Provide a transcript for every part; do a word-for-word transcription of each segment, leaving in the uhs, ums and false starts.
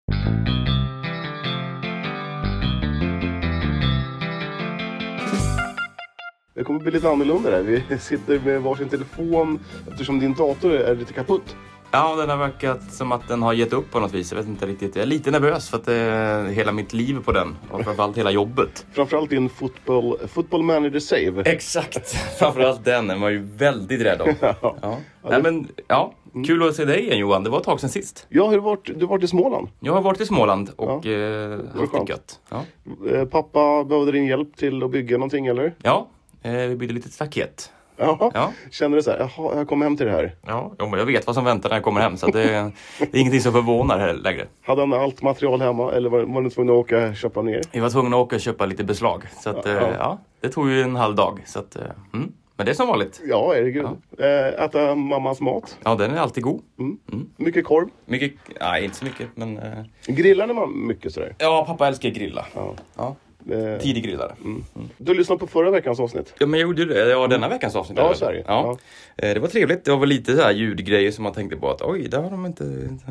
Det kommer bli lite annorlunda där. Vi sitter med varsin telefon eftersom din dator är lite kaputt. Ja, den har verkat som att den har gett upp på något vis. Jag vet inte riktigt. Jag är lite nervös för att det är hela mitt liv på den. Och framförallt hela jobbet. Framförallt din football, football manager save. Exakt. Framförallt den är man ju väldigt rädd om. Ja. Ja. Ja, Nej, men, ja. Kul att se dig igen, Johan. Det var ett tag sedan sist. Ja, hur var, du har varit i Småland. Jag har varit i Småland och ja. eh, haft det gött. Ja. Pappa behövde din hjälp till att bygga någonting, eller? Ja, eh, vi byggde lite staket. Jaha. Ja. Känner du så här, jaha, jag kommer hem till det här? Ja, ja, jag vet vad som väntar när jag kommer hem, så det, det är ingenting som förvånar här längre. Hade han allt material hemma, eller var, var du tvungen att åka och köpa ner? Vi var tvungna att åka och köpa lite beslag, så att, ja, ja. ja det tog ju en halv dag. Så att, mm. Men det är som vanligt. Ja, är det gud. Ja. Äta mammas mat. Ja, den är alltid god. Mm. Mm. Mycket korv? Mycket, nej inte så mycket, men... Uh... Grillar man mycket sådär? Ja, pappa älskar grilla. Ja. Ja. Tidig grillare. Mm. Mm. Du lyssnade på förra veckans avsnitt. Ja, men jag gjorde det. Ja, denna veckans avsnitt. Ja, Sverige. Ja. Ja. Det var trevligt. Det var väl lite så här ljudgrejer som man tänkte på att oj, där har de inte...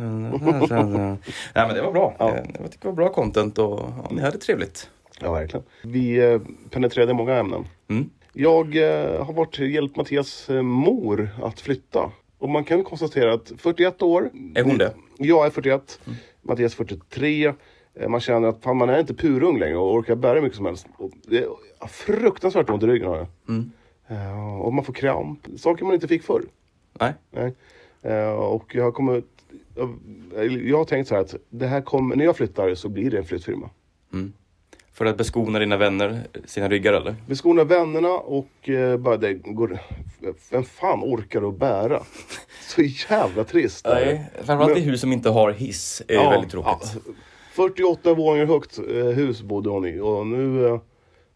Nej, men det var bra. Ja. Jag tycker det var bra content och ja, ni hade trevligt. Ja, verkligen. Vi penetrerade många ämnen. Mm. Jag har varit hjälpt Mattias mor att flytta. Och man kan konstatera att fyrtioett år... Är hon det? Jag är fyrtioett. Mm. Mattias fyrtiotre. Man känner att fan, man är inte purung längre och orkar bära mycket som helst. Och det är fruktansvärt ont i ryggen har jag. Mm. Uh, och man får kramp. Saker man inte fick förr. Nej. Nej. Uh, och jag har kommit... Uh, jag har tänkt så här att det här kommer, när jag flyttar så blir det en flyttfirma. Mm. För att beskona dina vänner, sina ryggar eller? Beskona vännerna och uh, bara det går... Vem fan orkar att bära? Så jävla trist. Nej, framförallt i hus som inte har hiss är ja, väldigt tråkigt. Ja. fyrtioåtta våningar högt eh, hus bodde hon i och nu eh,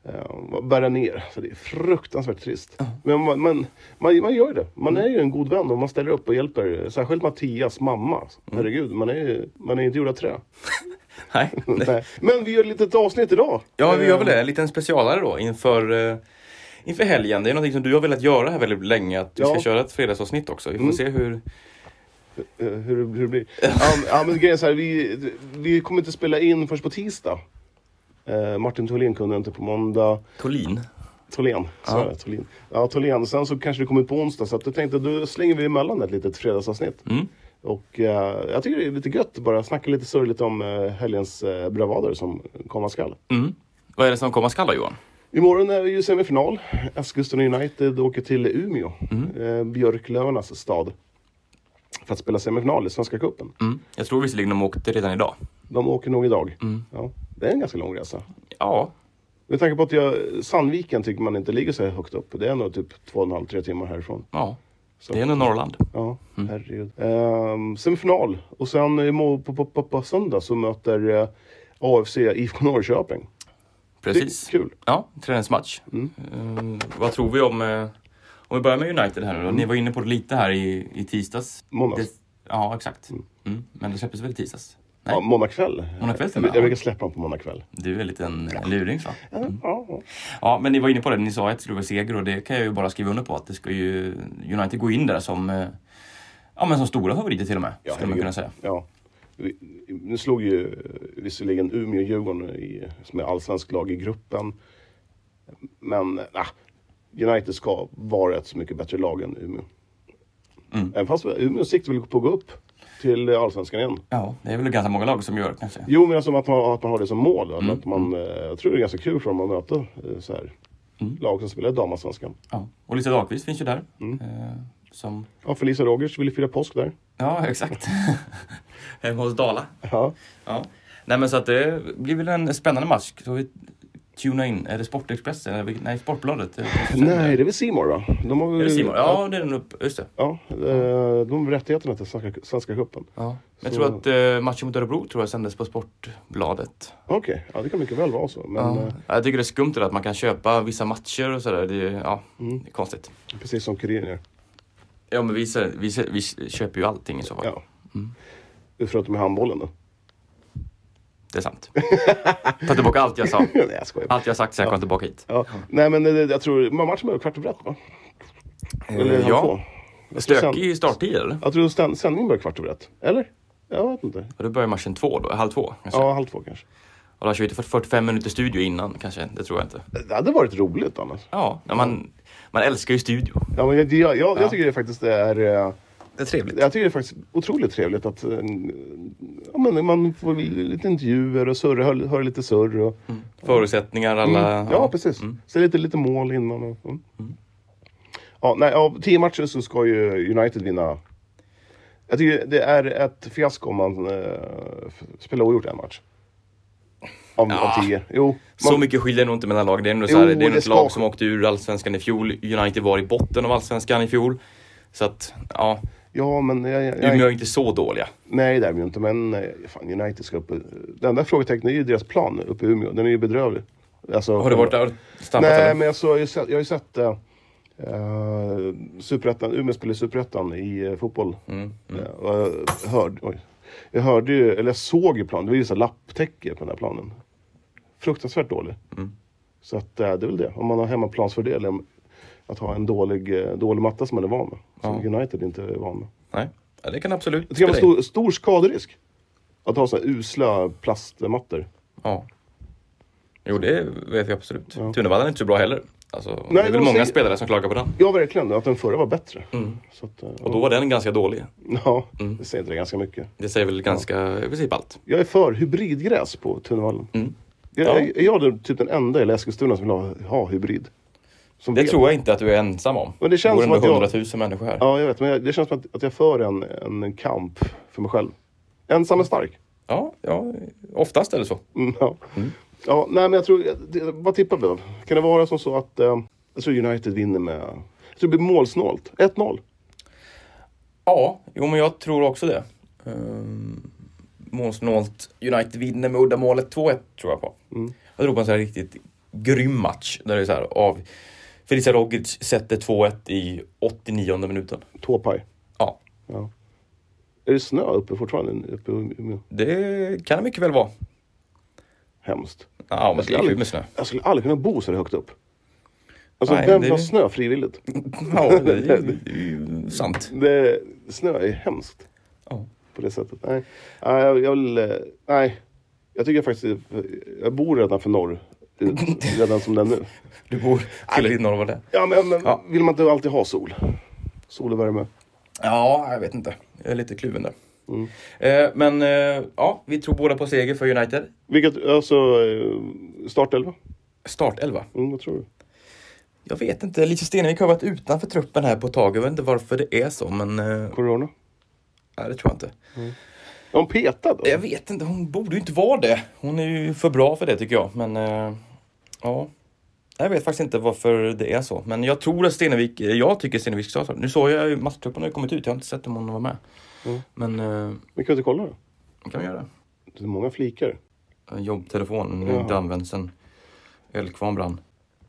bär ner. Så det är fruktansvärt trist. Mm. Men man, man, man, man gör det. Man är ju en god vän och man ställer upp och hjälper. Särskilt Mattias mamma. Mm. Herregud, man är, man är inte gjord av trä. Nej, nej. Men vi gör ett litet avsnitt idag. Ja, vi gör väl det. En liten specialare då inför, uh, inför helgen. Det är någonting som du har velat göra här väldigt länge. Att du ja. ska köra ett fredagsavsnitt också. Vi får mm. se hur... Hur, hur det blir. ja, ja, men grejen är så här, vi, vi kommer inte spela in först på tisdag. Eh, Martin Tholén kunde inte på måndag. Tholén? Tholén, så ja. Tholén. Ja, Tholén. Sen så kanske det kommer ut på onsdag. Så att jag tänkte, då slänger vi emellan ett litet fredagsavsnitt. Mm. Och eh, jag tycker det är lite gött bara snacka lite sörligt om eh, helgens eh, bravader som komma skall. Mm. Vad är det som komma skall då, Johan? Imorgon är det ju semifinal. Eskilstuna United åker till Umeå. Mm. Eh, Björklövarnas stad. För att spela semifinal i Svenska cupen. Mm. Jag tror visserligen de åkte redan idag. De åker nog idag. Mm. Ja, det är en ganska lång resa. Ja. Med tanke på att jag, Sandviken tycker man inte ligger så högt upp. Det är nog typ två och en halv, tre timmar härifrån. Ja, så. Det är nog Norrland. Ja, mm. herregud. Ehm, semifinal. Och sen på, på, på, på söndag så möter uh, A F C I F K Norrköping. Precis. Det är kul. Ja, träningsmatch. Mm. Um, vad tror vi om... Uh, Om vi börjar med United här nu då. Mm. Ni var inne på det lite här i, i tisdags. Måndags. Det, ja, exakt. Mm. Mm. Men det släpptes väl i tisdags? Nej. Ja, måndag kväll. Måndag kväll jag, jag brukar släppa dem på måndag kväll. Du är lite en ja. luring så. Mm. Ja, ja. ja, men ni var inne på det. Ni sa att det skulle vara seger och det kan jag ju bara skriva under på. Att det ska ju United gå in där som, ja, men som stora favoriter till och med. Ja, skulle man kunna säga. Ja. Nu slog ju visserligen Umeå och Djurgården i, som är allsvensk lag i gruppen. Men nej. United ska vara ett så mycket bättre lag än Umeå. Mm. Även fast Umeå siktar väl på att gå upp till Allsvenskan igen. Ja, det är väl ganska många lag som gör det kanske. Jo, men alltså att man, att man har det som mål. Mm. Att man, jag tror det är ganska kul för dem att möta så här, mm. lag som spelar damallsvenskan. Ja, och Lisa Dahlqvist finns ju där. Mm. Eh, som... Ja, för Lisa Rogers ville fira påsk där. Ja, exakt. Hemma hos Dala. Ja. Ja. Nej, men så att det blir väl en spännande match. Så vi tuna in. Är det Sportexpressen? Eller, nej, Sportbladet. Nej, det är väl C More va? De har väl... Är det C More? Ja, det är den upp. Just det. Ja, de har rättigheterna till Svenska, svenska cupen. Ja. Jag så... tror att uh, matchen mot Örebro tror jag sändes på Sportbladet. Okej, okay. Ja det kan mycket väl vara så. Men, ja. uh... Jag tycker det är skumt att man kan köpa vissa matcher och sådär. Det, ja, mm. det är konstigt. Precis som Kuriren gör. Ja, men vi, vi, vi köper ju allting i så fall. Ja. Mm. Förutom med handbollen då. Det är sant. Ta tillbaka allt jag sa. Nej, jag skojar. Allt jag sagt så jag ja. kom tillbaka hit. Ja. Ja. Nej, men jag tror matchen börjar kvart och brett va? Eller ja. Stökig starttid eller? Jag tror sändningen börjar kvart och brett. Eller? Jag vet inte. Och då börjar matchen två då, halv två kanske? Ja, halv två kanske. Och då har vi fyrtiofem minuter studio innan kanske, det tror jag inte. Det hade varit roligt annars. Ja, man, man älskar ju studio. Ja, men jag, jag, jag, Ja. jag tycker det faktiskt är... eh, Det är trevligt. Jag tycker det är faktiskt otroligt trevligt att eh, ja, men man får lite intervjuer och surra, hör, hör lite surr. Och, Mm. Förutsättningar, alla... mm, ja, precis. Mm. Så lite, lite mål innan. Och, mm. Mm. Ja, nej, av tio matcher så ska ju United vinna. Jag tycker det är ett fiasko om man eh, f- spelar oavgjort en match. Av, Ja. av tio. Jo, Så man, mycket skiljer nog inte mellan lag. Det är ändå Jo, så här, det är det ändå ett ska- lag som åkte ur Allsvenskan i fjol. United var i botten av Allsvenskan i fjol. Så att, ja, ja, men jag, jag, Umeå är jag, inte så dåliga. nej det är vi ju inte. Men eh, fan, United ska upp. Det enda frågetecknet är ju deras plan uppe i Umeå. Den är ju bedrövlig. Alltså, Har du varit där och stampat Nej, eller? men alltså, jag har ju sett, jag har ju sett uh, uh, Superettan, Umeå spelar i Superettan i uh, fotboll. Mm, mm. Uh, och jag hörde, oj, jag hörde ju, eller jag såg ju planen, det var ju så här lapptäcke på den här planen. Fruktansvärt dålig. Mm. Så att uh, det är väl det, om man har hemmaplansfördel om att ha en dålig, uh, dålig matta som man är van med. Som Ja. United inte är van med. Nej, ja, det kan absolut Jag tycker det spela var in. stor, stor skaderisk. Att ha så här usla plastmattor. Ja. Jo, det vet jag absolut. Ja. Tunevallen är inte så bra heller. Alltså, det Nej, är väl de många säger- spelare som klagar på den. Ja, verkligen. Att den förra var bättre. Mm. Så att, uh, Och då var den ganska dålig. Ja, Mm. det säger inte det ganska mycket. Det säger väl ganska, i princip allt. Jag är för hybridgräs på Tunevallen. Mm. Jag, Ja. jag, jag är typ den enda i Eskilstuna som vill ha, ha hybrid. Som Det vet. tror jag inte att du är ensam om. Men det känns det som bor att ändå jag- hundratusen människor här. Ja, jag vet. Men jag, det känns som att, att jag för en, en kamp för mig själv. Ensam är stark. Ja, ja, oftast är det så. Mm, ja. Mm. ja, nej men jag tror... Det, vad tippar vi då? Kan det vara som så att... Eh, jag tror United vinner med... Jag tror det blir målsnålt. ett noll. Ja, jo men jag tror också det. Um, målsnålt. United vinner med uddamålet två ett tror jag på. Mm. Jag tror på en sån här riktigt grym match. Där det är så här av... Felicia Rogic sätter två ett i åttionionde minuten. Tåpaj. Ja, Ja. Är det snö uppe fortfarande? Uppe i Umeå? det kan det mycket väl vara. Hemskt. Ja, men det är ju med snö. Jag skulle aldrig kunna bo så här högt upp. Alltså Nej, vem det- vill ha snö frivilligt? Ja, det är, ju- det är ju sant. Det, snö är hemskt. Ja. På det sättet. Nej, nej jag, jag vill... eh, Nej. Jag tycker faktiskt... Jag bor redan för norr. Redan som den nu. Du bor till ditt norr var det. Ja, men, men Ja. vill man inte alltid ha sol? Sol och värme. Ja, jag vet inte. Jag är lite kluven där. Mm. Eh, men eh, ja, vi tror båda på seger för United. Vilket, alltså... eh, Startelva? Startelva. Mm, vad tror du? Jag vet inte, Lisa Stenevik har varit utanför truppen här på ett tag. Jag vet inte varför det är så, men... Eh, Corona? nej, det tror jag inte. Är hon petad då? Jag vet inte, hon borde ju inte vara det. Hon är ju för bra för det tycker jag. Men eh, ja, jag vet faktiskt inte varför det är så. Men jag tror att Stenevik, jag tycker Stenevik ska starta. Nu såg jag ju matchtruppen har kommit ut, jag har inte sett om hon var med. Mm. Men eh, Vi kan inte kolla då. kan vi göra. Det är många flikar. Jobbtelefonen, Ja. inte används sen eldkvarn brann.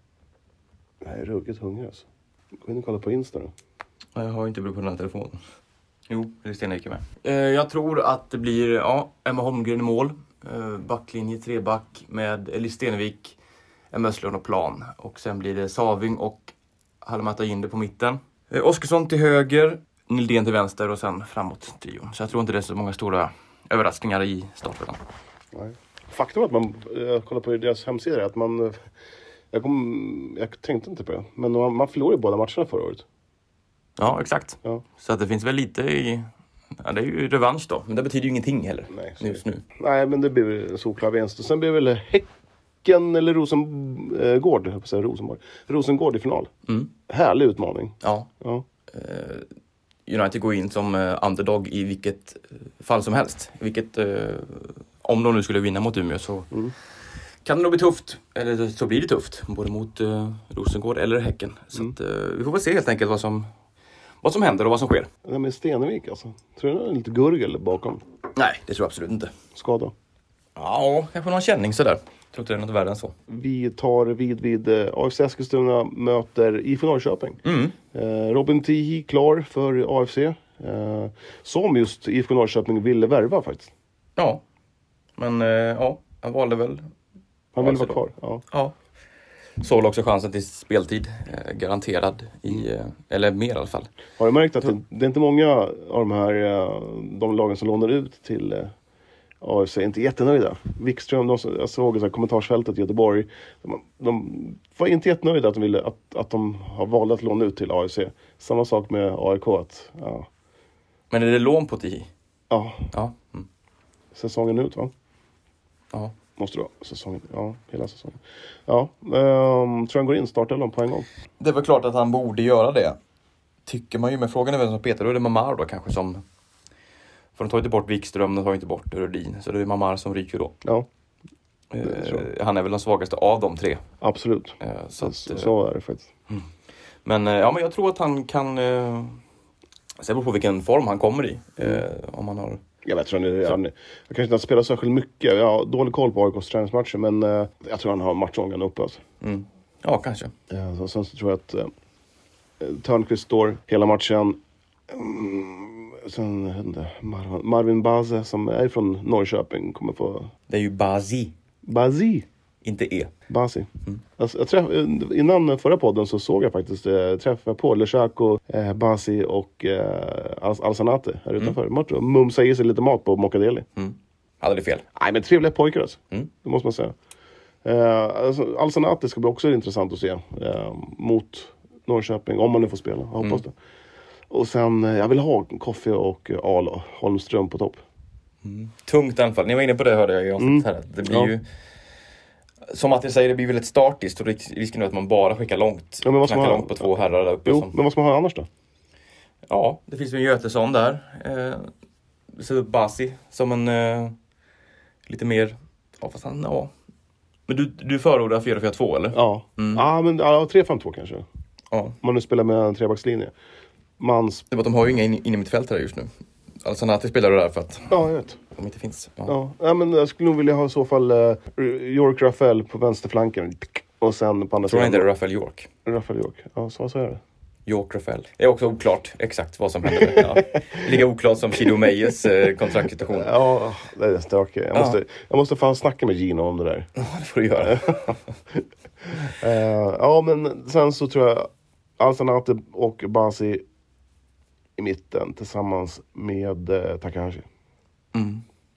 Jag är ruggigt hungrig alltså. Gå in och kolla på Insta då. Ja, jag har inte blivit på den här telefonen. Jo, det är Stenevik med. Eh, jag tror att det blir ja, Emma Holmgren i mål. Eh, backlinje, treback med Elis Stenevik, Emma Östlund och Plan. Och sen blir det Saving och Halmata Jinde på mitten. Eh, Oskarsson till höger, Nildén till vänster och sen framåt trion. Så jag tror inte det är så många stora överraskningar i starten. Nej. Faktum är att man, jag kollar på deras hemsida, att man, jag, kom, jag tänkte inte på det, men man, man förlorade båda matcherna förra året. Ja, exakt. Ja. Så att det finns väl lite i... Ja, det är ju revansch då. Men det betyder ju ingenting heller. Nej, så- just nu. Nej, men det blir en solklar vinst. Och sen blir väl Häcken eller Rosengård, jag höll på att säga Rosenborg. Rosengård i final. Mm. Härlig utmaning. Ja. Ja. Eh, United går in som eh, underdog i vilket eh, fall som helst. Vilket, eh, om de nu skulle vinna mot Umeå så Mm. kan det nog bli tufft. Eller så blir det tufft. Både mot eh, Rosengård eller Häcken. Så Mm. att, eh, vi får väl se helt enkelt vad som, vad som händer och vad som sker. Det här med Stenevik alltså. Tror du det är lite gurgel bakom? Nej, det tror jag absolut inte. Skada. Ja, kanske någon känning sådär. Jag tror inte det är något värre än så. Vi tar vid vid eh, A F C Eskilstuna möter I F K Norrköping. Mm. Eh, Robin Tihi klar för A F C. Eh, som just I F K Norrköping ville värva faktiskt. Ja, men eh, ja, han valde väl. Han ville A F C vara kvar. Ja. Ja. såg också chansen till speltid. Eh, garanterad. I, eh, eller mer i alla fall. Har du märkt att det, det är inte många av de här eh, de lagen som lånar ut till eh, A F C är inte jättenöjda. Wikström, de, jag såg i kommentarsfältet i Göteborg. De, de var inte jättenöjda att de, ville, att, att de har valt att låna ut till A F C. Samma sak med A I K. Att, ja. Men är det lån på T I? Ja. Ja. Mm. Säsongen ut, va? Ja. Måste du ha. Säsongen. Ja, hela säsongen. Ja, um, tror han går in startar dem på en gång. Det är väl klart att han borde göra det. Tycker man ju, med frågan är vem som Peter. Då är det Mamar då kanske som... För de tar inte bort Wikström, de tar inte bort Rödin. Så det är Mamar som ryker då. Ja. Eh, han är väl den svagaste av de tre. Absolut. Eh, så, att, så, så är det faktiskt. Mm. Men, eh, ja, men jag tror att han kan... Eh, se på vilken form han kommer i. Eh, om han har... Jag vet, tror han, han, han kanske inte har spelat särskilt mycket. Jag har dålig koll på A I K:s träningsmatcher, men eh, jag tror han har matchångan uppe. Alltså. Mm. Ja, kanske. Ja, så, sen så tror jag att eh, Törnqvist står hela matchen. Mm, sen jag vet inte, Mar- Marvin Baze som är från Norrköping kommer få... Det är ju Bazi. Bazi? Inte E. Bazi. Mm. Alltså, jag träff, innan förra podden så såg jag faktiskt eh, träffa på Lechako, eh, Bazi och eh, Al- Alsanate här utanför. Mm. Man mumsade i sig lite mat på Mokadeli. Mm. Hade det fel? Nej, men trevliga pojkar alltså. Mm. Det måste man säga. Eh, alltså, Alsanate ska bli också intressant att se eh, mot Norrköping, om man nu får spela. Jag hoppas mm. det. Och sen, eh, jag vill ha Koffe och eh, Al Holmström på topp. Mm. Tungt anfall. Ni var inne på det, hörde jag i avsnittet här. Det blir ja. ju... Som att jag säger, det blir väldigt statiskt och risken är att man bara skickar långt. Ja, men vad ska man ha? Långt på två herrar där uppe. Jo, som... men vad ska man ha annars då? Ja, det finns ju en Götesson där. Eh, så Basi som en eh, lite mer... Ja, fast han, ja. Men du, du förordar fyra fyra två, eller? Ja, mm. ja men ja, tre fem två kanske. Ja. Om man nu spelar med en trebackslinje. Mans... Det var att de har ju inga in, in i mitt fält här just nu. Alltså när det spelar du där för att ja, jag vet. de inte finns. Ja. Ja. Ja, men jag skulle nog vilja ha i så fall uh, York Rafael på vänsterflanken. Och sen på andra tror sidan. Tror inte det är Rafael York? Rafael York, ja så, så är det. York Rafael. Det är också oklart exakt vad som händer. Ja. Lika oklart som Chido Meyers eh, kontraktsituation. Ja, det är stökigt. Jag, ja. måste, jag måste fan snacka med Gino om det där. Ja, det får du göra. uh, ja, men sen så tror jag Alsanate och Basi i mitten tillsammans med uh, Takahashi. Mm.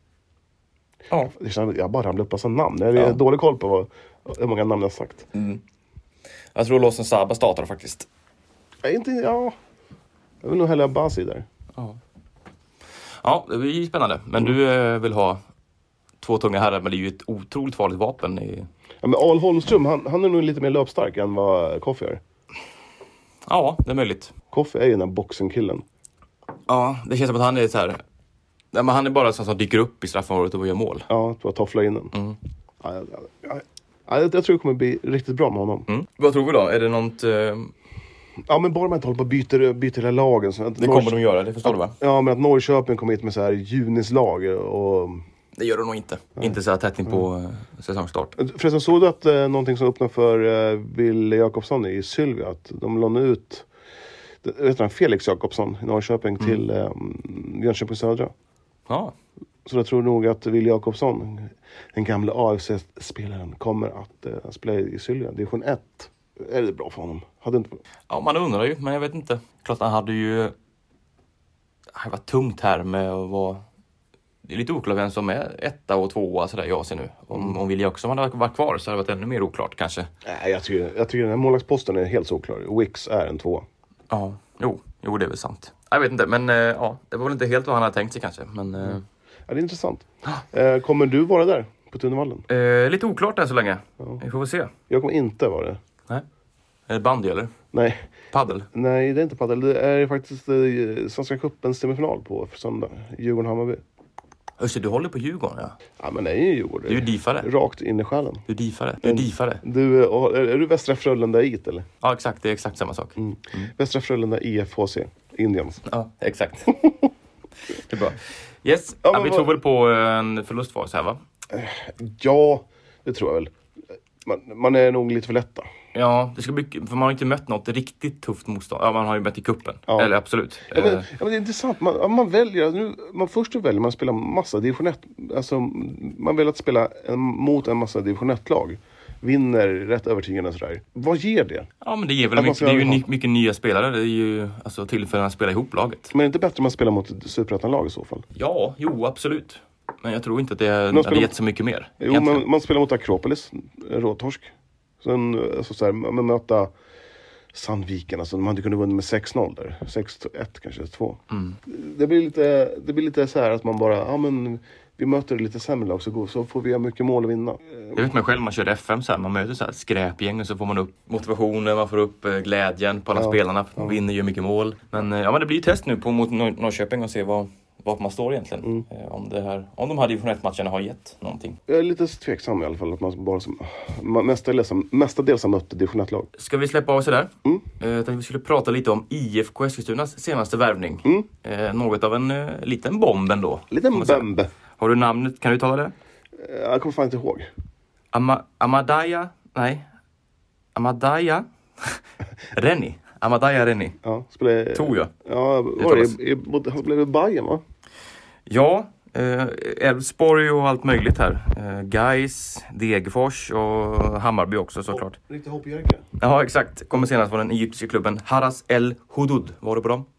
Ja. Jag bara ramlade upp massa namn. Jag har ja. dålig koll på vad, hur många namn jag har sagt. Mm. Jag tror Lawson Saba startar faktiskt. Jag, inte, ja. jag vill nog hellre ha Basi där. Ja. Ja, det blir spännande. Men mm. du eh, vill ha två tunga herrar, men det är ju ett otroligt farligt vapen. I... Ja, men Al Holmström, han, han är nog lite mer löpstark än vad Koffe är. Ja, det är möjligt. Koffe är ju den där boxingkillen. Ja, det känns som att han är så här... Nej, men han är bara sån som dyker upp i straffområdet och gör mål. Ja, på att toffla in den. Mm. Ja, ja, ja, ja, jag, jag tror det kommer bli riktigt bra med honom. Mm. Vad tror vi då? Är det något... Eh... Ja, men bara man inte håller på att byta, byta hela lagen. Så att det Norr... kommer de göra, det förstår ja, du va? Ja, men att Norrköping kommer hit med så här junislag och... Det gör de nog inte. Nej. Inte så här tätt in på mm. säsongstart. Förresten, såg du att eh, någonting som öppnar för eh, Wille Jakobsson i Sylvia, att de lånar ut vet du, Felix Jakobsson i Norrköping mm. till eh, Jönköping Södra. Ja. Så jag tror nog att Wille Jakobsson, den gamla A F C-spelaren, kommer att eh, spela i Sylvia. Division ett. Är det bra för honom? Hade inte... Ja, man undrar ju, men jag vet inte. Klart han hade ju... Det var tungt här med att vara... Det är lite oklart vem som är etta och tvåa sådär jag ser nu. Om, mm. om Wille Jakobsson hade varit kvar så hade det varit ännu mer oklart kanske. Nej, jag tycker, jag tycker den här målvaktsposten är helt så oklar. Wicks är en tvåa. Ja, jo, jo det är väl sant. Jag vet inte, men äh, ja, det var väl inte helt vad han hade tänkt sig kanske. Men, äh... mm. Ja, det är intressant. äh, kommer du vara där på Tunnevallen? Äh, lite oklart än så länge. Ja. Vi får väl se. Jag kommer inte vara det. Nej. Är det bandy eller? Nej. Paddel? Nej, det är inte paddel. Det är faktiskt eh, Svenska cupens semifinal på för söndag. Djurgården-Hammarby. Öster, du håller på Djurgården, ja. Ja, men det är ju Djurgården. Du är difare. Rakt in i själen. Du är difare. Du är difare. Du, är, är du Västra Frölunda-it, eller? Ja, exakt. Det är exakt samma sak. Mm. Mm. Västra Frölunda I F H C. Indians. Ja, exakt. Det är bra. Yes, ja, ja, vi vad... tror väl på en förlust för oss här, va? Ja, det tror jag väl. Man, man är nog lite för lätta. Ja, det ska bli, för man har inte mött något riktigt tufft motstånd. Ja, man har ju mött i kuppen. Ja. Eller absolut. Ja, men, ja, men det är intressant. Man, man väljer, nu, man först väljer man att spela massa division ett. Alltså, man väljer att spela en, mot en massa division ett-lag. vinner rätt övertygande sådär. Vad ger det? Ja, men det ger väl mycket, det är ju ny, mycket nya spelare. Det är ju alltså tillfällen att spela ihop laget. Men är det inte bättre om man spelar mot ett superettan-lag i så fall? Ja, jo, absolut. Men jag tror inte att det hade gett så mycket mer. Jo, men man spelar mot Akropolis, råtorsk. Sen, alltså så här, man möter Sandviken, alltså man hade kunnat vinna med sex noll där. sex ett kanske, två. Mm. Det blir lite, det blir lite så här att man bara, ja men vi möter lite sämre lag så, går, så får vi ha mycket mål att vinna. Jag vet mig själv, man kör F M så här, man möter så här skräpgäng och så får man upp motivationen, man får upp glädjen på alla ja, spelarna, ja. vinner ju mycket mål. Men ja, men det blir test nu på mot Nor- Norrköping och se vad var man står egentligen. Mm. Eh, om, det här, om de här division ett-matcherna har gett någonting. Jag är lite tveksam i alla fall. Att man bara som, mestadels, mestadels har mött division ett-lag. Ska vi släppa av oss där? Mm. Eh, jag tänkte vi skulle prata lite om I F K Eskilstunas senaste värvning. Mm. Eh, något av en eh, liten bomb ändå. Liten bomb. Har du namnet? Kan du ta det? Jag kommer fan inte ihåg. Ama, Amadaya? Nej. Amadaya? Rennie. Amadaya Rennie. Ja, spelade... Tror jag. Ja, var det, i, han spelade i Bayern, va? Ja, Elfsborg eh, och allt möjligt här. Eh, Gais, Degerfors och Hammarby också såklart. Oh, riktigt hoppjerka. Ja, exakt. Kommer senast från den egyptiska klubben Haras El Hudud. Var det på dem?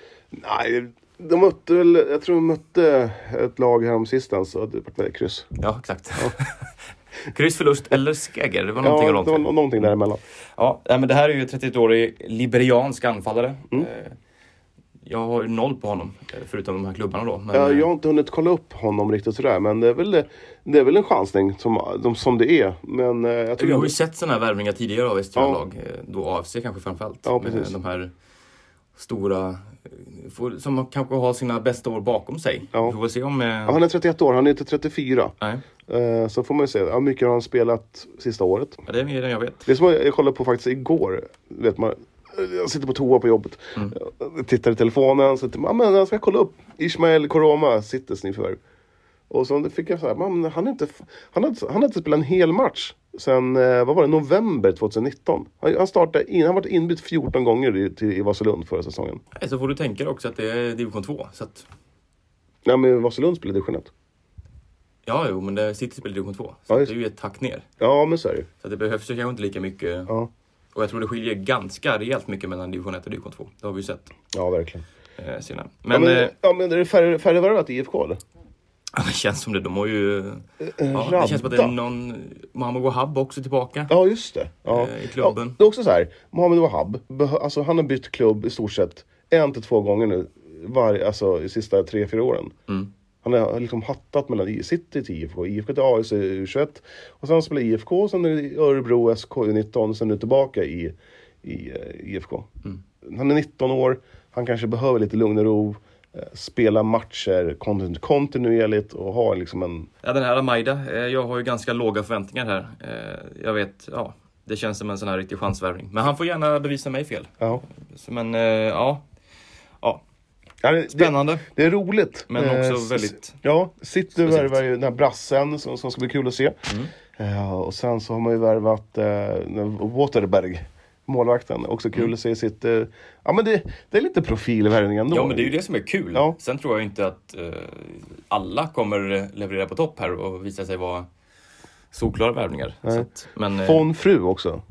Nej, de mötte väl, jag tror de mötte ett lag här om sistens och det var kryss. Ja, exakt. Ja. Kryss, förlust eller skägger. Det var någonting ja, långt. det var någonting däremellan. Ja, men det här är ju trettioett-årig liberiansk anfallare. Mm. Jag har noll på honom, förutom de här klubbarna då. Men... Ja, jag har inte hunnit kolla upp honom riktigt sådär, men det är väl, det är väl en chansning som, som det är. Men, jag, tror jag har ju det... sett sådana här värvningar tidigare av Eskilstuna-lag, ja. Då A F C kanske framförallt. Ja, precis. De här stora, som kanske har sina bästa år bakom sig. Ja. Vi får se om... Ja, han är trettioett år, han är inte trettiofyra. Nej. Så får man ju se, hur mycket har han spelat sista året? Ja, det är mer än jag vet. Det är som jag kollade på faktiskt igår, vet man... Jag sitter på toa på jobbet. Mm. Jag tittar i telefonen. Så ja, men jag ska kolla upp. Ismael Koroma sitter snifför. Och så fick jag så här. Man, han, inte, han, hade, han hade inte spelat en hel match. Sen, vad var det? November tjugonitton. Han, han startade in, han var inbytt fjorton gånger i, till, i Vasalund förra säsongen. Så får du tänka också att det är division två. Så att... Ja, men Vasalund spelade division ett. Ja, jo, men det City spelar division två. Så ja, det är ju ett tack ner. Ja, men så är det. Så det behövs ju kanske inte lika mycket... Ja. Och jag tror det skiljer ganska rejält mycket mellan division ett och division två. Det har vi ju sett. Ja, verkligen. Eh, senare. Men, ja, men, eh, ja, men är det färre, färre värvat i I F K eller? Ja, det känns som det. De har ju... Ja, det känns som att det är någon... Mohamed Wahab också tillbaka. Ja, just det. Ja. Eh, I klubben. Ja, det är också så här. Mohamed Wahab, alltså han har bytt klubb i stort sett en till två gånger nu. Var, alltså i sista tre, fyra åren. Mm. Han har liksom hattat mellan City till I F K, I F K till A S U tjugoett. Och sen spelar I F K, sen är Örebro S K U nitton, sen är tillbaka i, i I F K. Mm. Han är nitton år, han kanske behöver lite lugn och ro, spela matcher kont- kontinuerligt och ha liksom en... Ja, den här Amaida, jag har ju ganska låga förväntningar här. Jag vet, ja, det känns som en sån här riktig chansvärvning. Men han får gärna bevisa mig fel. Ja. Men, ja, ja. Ja, det, Spännande. Det, det är roligt. Men också eh, väldigt... Ja, City värvar ju den här brassen som, som ska bli kul att se. Mm. Uh, och sen så har man ju värvat uh, Waterberg, målvakten. Också kul mm. att se sitt... Uh, ja, men det, det är lite profilvärvning ändå. Ja, men det är ju det som är kul. Ja. Sen tror jag inte att uh, alla kommer leverera på topp här och visa sig vara solklara värvningar. Så att, men, uh, Von Fru också.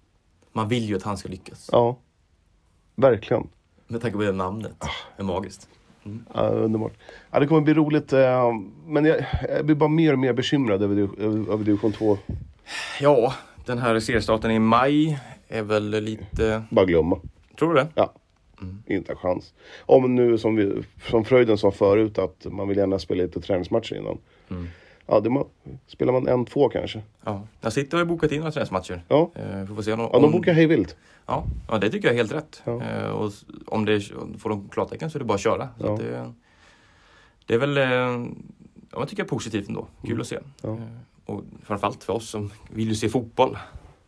Man vill ju att han ska lyckas. Ja, verkligen. Med tanke på det namnet. Det är magiskt. Mm. Ja, underbart. Ja, det kommer bli roligt. Eh, men jag, jag blir bara mer och mer bekymrad över, över, över division två. Ja, den här seriestarten i maj är väl lite... Bara glömma. Tror du det? Ja, mm. Inte en chans. Om nu som, vi, som Fröjden sa förut att man vill gärna spela lite träningsmatcher innan. Mm. Ja, det må, spelar man en, två kanske. Ja, jag sitter och har bokat in några träningsmatcher. Ja, eh, får se om, ja de bokar hej vilt. Ja, ja, det tycker jag är helt rätt. Ja. Eh, och om det får de klartecken så är det bara att köra. Så ja. att det, det är väl, eh, ja, jag tycker jag är positivt ändå. Kul mm. att se. Ja. Eh, och framförallt för oss som vill ju se fotboll.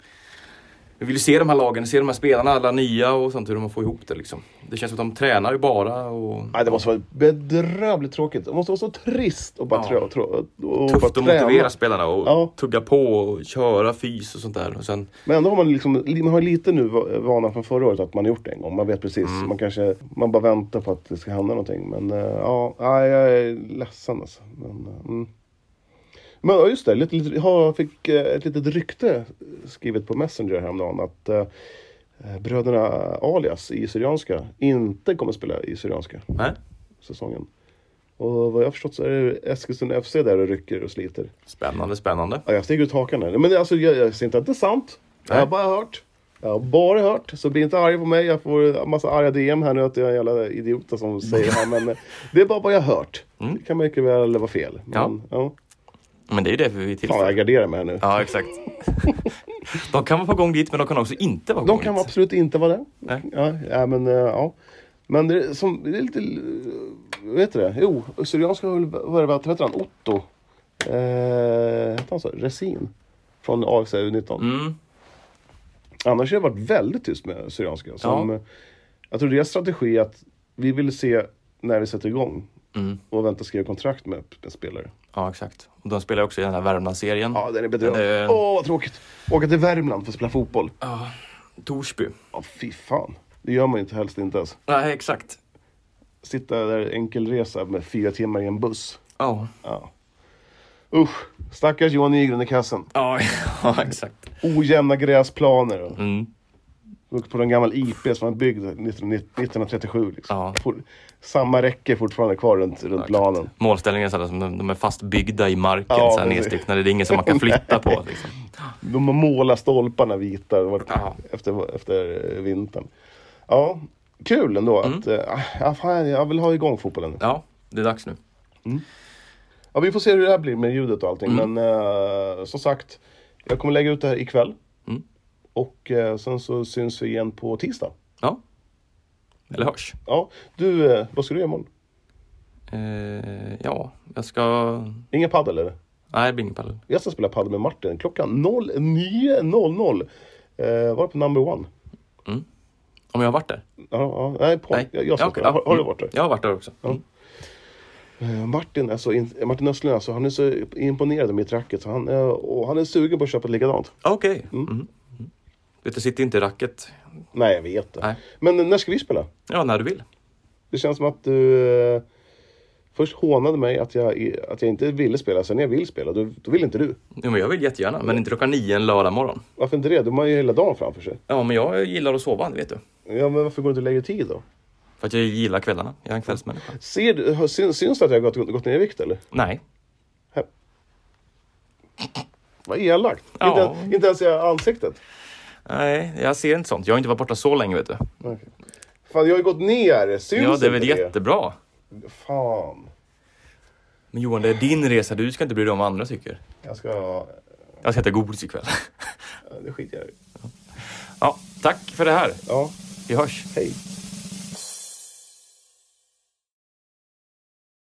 Vi vill ju se de här lagen, se de här spelarna, alla nya och sånt, hur de får ihop det liksom. Det känns som att de tränar ju bara och... Nej, det måste vara bedrövligt tråkigt. Det måste vara så trist och bara ja. trå, trå, och Tufft bara att träna. Motivera spelarna och ja. tugga på och köra fys och sånt där. Och sen... Men ändå har man liksom, man har lite nu vana från förra året att man har gjort det en gång. Man vet precis, mm. man kanske, man bara väntar på att det ska hända någonting. Men uh, ja, jag är ledsen alltså. Men, uh, mm. Men ja, just det, lite, lite, jag fick eh, ett litet rykte skrivet på Messenger häromdagen att eh, bröderna Alias i Syrianska inte kommer spela i Syrianska Nej. säsongen. Och vad jag har förstått så är det Eskilstuna F C där och rycker och sliter. Spännande, spännande. Ja, jag stiger ut hakan här. Men alltså, jag, jag ser inte att det är sant. Jag har bara hört. Jag har bara hört. Så bli inte arg på mig. Jag får en massa arga D M här nu att jag är en jävla idiot som säger det här. Men det är bara vad jag har hört. Mm. Det kan mycket väl vara fel. Men, ja. Ja. Men det är ju därför vi är till. Fan, jag garderar mig här nu. Ja, exakt. De kan vara på gång dit, men de kan också inte vara på gång De kan dit. absolut inte vara det. Nej. Ja, ja, men, uh, ja. Men det är, som, det är lite... Vet du det? Jo, Syrianska har väl varit, vad heter han? Otto. Eh, heter han så? Resin. Från A X U nitton. Mm. Annars har jag varit väldigt tyst med Syrianska. Som, Ja. Jag tror deras strategi är att vi vill se när vi sätter igång. Mm. Och vänta skriva kontrakt med, med spelare. Ja, exakt. Och de spelar också i den här Värmlandsserien. Ja, den är bedrövlig. Det- Åh, vad tråkigt. Åka till Värmland för att spela fotboll. Ja, Torsby. Ja, fy fan. Det gör man inte helst inte ens. Nej, exakt. Sitta där enkelresa med fyra timmar i en buss. Ja. Ja. Usch. Stackars Johan Nygren i kassen. Ja, ja, exakt. Ojämna gräsplaner. Och Mm. och på en gammal I P som var byggd nittonhundratrettiosju. Liksom. Ja. For, samma räcke fortfarande kvar runt, runt planen. Målställningen är sådär som de, de är fast byggda i marken, Ja, så här men- nedstickna. Det är inget som man kan flytta på. Liksom. De har målat stolparna vita det var Ja. efter, efter vintern. Ja, kul ändå. Mm. Att, äh, ja, fan, jag vill ha igång fotbollen. Ja, det är dags nu. Ja, vi får se hur det här blir med ljudet och allting. Mm. Men äh, som sagt, jag kommer lägga ut det här ikväll. Mm. Och äh, sen så syns vi igen på tisdag. Ja. Eller hörs. Ja, du, äh, vad ska du göra imorgon? Eh, ja, jag ska... Inga paddel eller? Nej, det blir ingen padel. Jag ska spela paddel med Martin klockan nio noll noll. Eh, var det på number one? Om jag har varit där? Ja, ja, nej, på, Nej. jag, jag ska Ja, okej, spela. Har, ja. har du varit där? Jag har varit där också. Mm. Eh, Martin, alltså, in, Martin Östlund, alltså, han är så imponerad av mitt racket. Så han, eh, och han är sugen på att köpa ett likadant. Okej. Mm. Mm. Vet du, sitter inte i racket. Nej, jag vet det. Nej. Men när ska vi spela? Ja, när du vill. Det känns som att du eh, först hånade mig att jag, att jag inte ville spela. Sen när jag vill spela, då, då vill inte du. Ja, men jag vill jättegärna, men inte klockan nio en lördag morgon. Varför inte det? De har ju hela dagen framför sig. Ja, men jag gillar att sova, det vet du. Ja, men varför går du inte lägga tid då? För att jag gillar kvällarna. Jag är en kvällsmänniska. Ser du, har- syns, syns det att jag har gått, gått ner i vikt eller? Nej. Vad elakt. Ja. Inte, inte ens i ansiktet. Nej, jag ser inte sånt. Jag har inte varit borta så länge, vet du. Okay. Fan, jag har ju gått ner. Syns Ja, det är väl inte jättebra. Fan. Men Johan, det är din resa. Du ska inte bry dig om vad andra tycker. Jag ska... Jag ska äta godis ikväll. Det skiter jag i. Ja, tack för det här. Ja, Vi hörs. hej.